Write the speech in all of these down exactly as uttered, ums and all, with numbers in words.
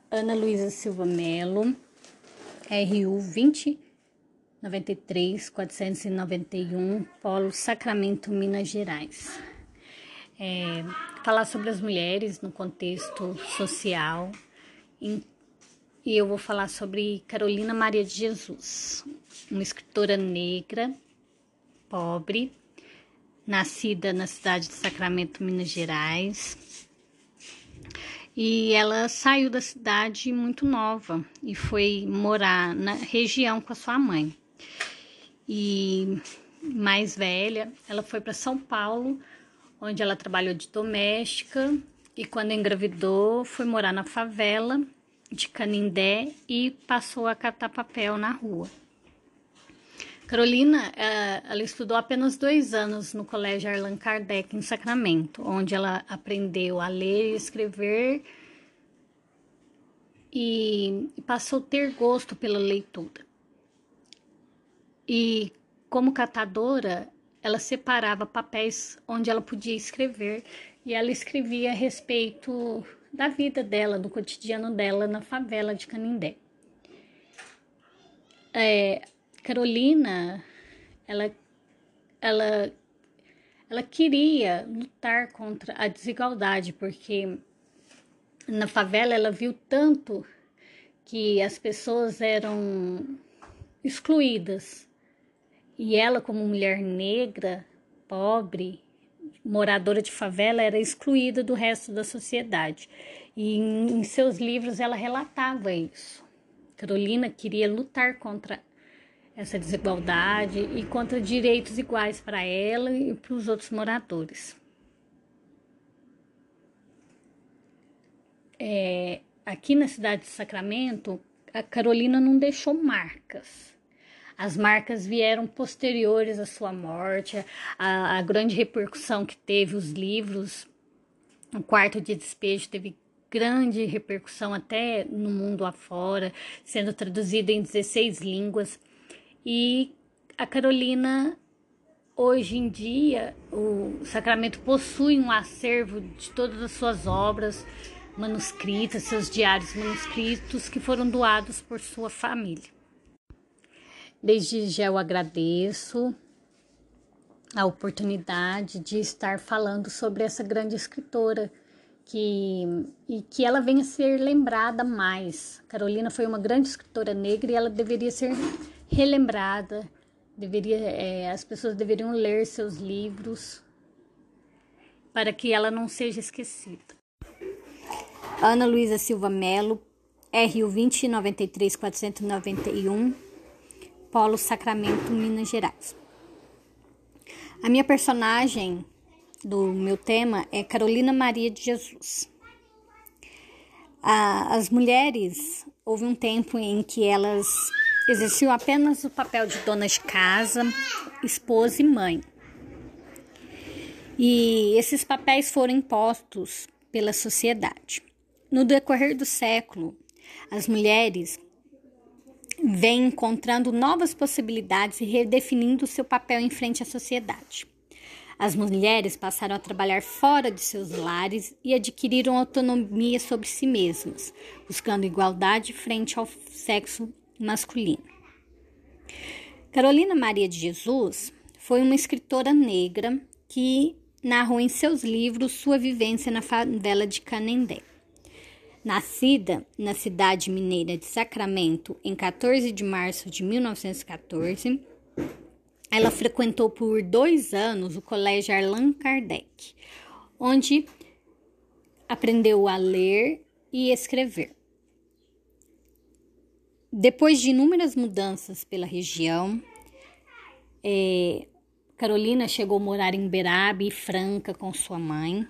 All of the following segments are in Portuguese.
Ana Luísa Silva Melo, R U vinte noventa e três quatrocentos e noventa e um, Polo Sacramento, Minas Gerais. É, falar sobre as mulheres no contexto social e, e eu vou falar sobre Carolina Maria de Jesus, uma escritora negra, pobre, nascida na cidade de Sacramento, Minas Gerais. E ela saiu da cidade muito nova e foi morar na região com a sua mãe. E mais velha, ela foi para São Paulo, onde ela trabalhou de doméstica, e quando engravidou foi morar na favela de Canindé e passou a catar papel na rua. Carolina, ela estudou apenas dois anos no Colégio Allan Kardec, em Sacramento, onde ela aprendeu a ler e escrever e passou a ter gosto pela leitura. E como catadora, ela separava papéis onde ela podia escrever e ela escrevia a respeito da vida dela, do cotidiano dela na favela de Canindé. É, Carolina, ela, ela, ela queria lutar contra a desigualdade, porque na favela ela viu tanto que as pessoas eram excluídas. E ela, como mulher negra, pobre, moradora de favela, era excluída do resto da sociedade. E em seus livros ela relatava isso. Carolina queria lutar contra essa desigualdade e contra direitos iguais para ela e para os outros moradores. É, aqui na cidade de Sacramento, a Carolina não deixou marcas. As marcas vieram posteriores à sua morte, a, a grande repercussão que teve os livros. O Quarto de Despejo teve grande repercussão até no mundo afora, sendo traduzido em dezesseis línguas. E a Carolina, hoje em dia, o Sacramento possui um acervo de todas as suas obras manuscritas, seus diários manuscritos, que foram doados por sua família. Desde já eu agradeço a oportunidade de estar falando sobre essa grande escritora que, e que ela venha a ser lembrada mais. Carolina foi uma grande escritora negra e ela deveria ser relembrada, deveria, é, as pessoas deveriam ler seus livros para que ela não seja esquecida. Ana Luísa Silva Melo, R U vinte noventa e três quatrocentos e noventa e um, Polo Sacramento, Minas Gerais. A minha personagem do meu tema é Carolina Maria de Jesus. A, as mulheres, houve um tempo em que elas exerciam apenas o papel de dona de casa, esposa e mãe. E esses papéis foram impostos pela sociedade. No decorrer do século, as mulheres vêm encontrando novas possibilidades e redefinindo seu papel em frente à sociedade. As mulheres passaram a trabalhar fora de seus lares e adquiriram autonomia sobre si mesmas, buscando igualdade frente ao sexo masculino. Carolina Maria de Jesus foi uma escritora negra que narrou em seus livros sua vivência na favela de Canindé. Nascida na cidade mineira de Sacramento em quatorze de março de mil novecentos e quatorze, ela frequentou por dois anos o Colégio Allan Kardec, onde aprendeu a ler e escrever. Depois de inúmeras mudanças pela região, é, Carolina chegou a morar em Uberaba e Franca com sua mãe.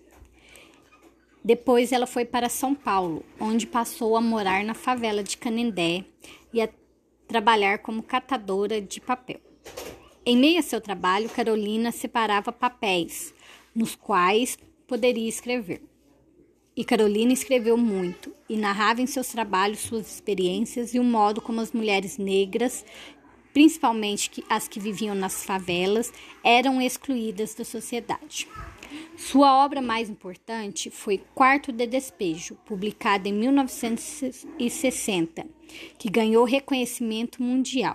Depois ela foi para São Paulo, onde passou a morar na favela de Canindé e a trabalhar como catadora de papel. Em meio a seu trabalho, Carolina separava papéis, nos quais poderia escrever. E Carolina escreveu muito e narrava em seus trabalhos suas experiências e o modo como as mulheres negras, principalmente as que viviam nas favelas, eram excluídas da sociedade. Sua obra mais importante foi Quarto de Despejo, publicada em mil novecentos e sessenta, que ganhou reconhecimento mundial.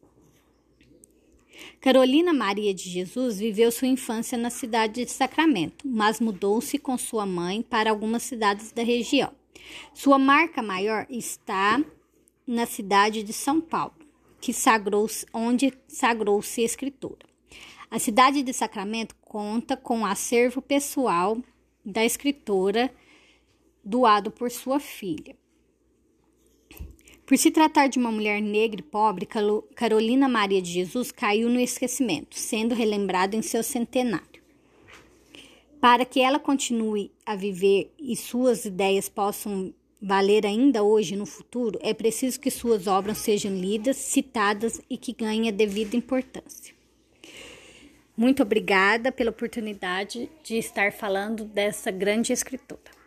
Carolina Maria de Jesus viveu sua infância na cidade de Sacramento, mas mudou-se com sua mãe para algumas cidades da região. Sua marca maior está na cidade de São Paulo, que sagrou-se, onde sagrou-se escritora. A cidade de Sacramento conta com um acervo pessoal da escritora doado por sua filha. Por se tratar de uma mulher negra e pobre, Carolina Maria de Jesus caiu no esquecimento, sendo relembrada em seu centenário. Para que ela continue a viver e suas ideias possam valer ainda hoje e no futuro, é preciso que suas obras sejam lidas, citadas e que ganhem a devida importância. Muito obrigada pela oportunidade de estar falando dessa grande escritora.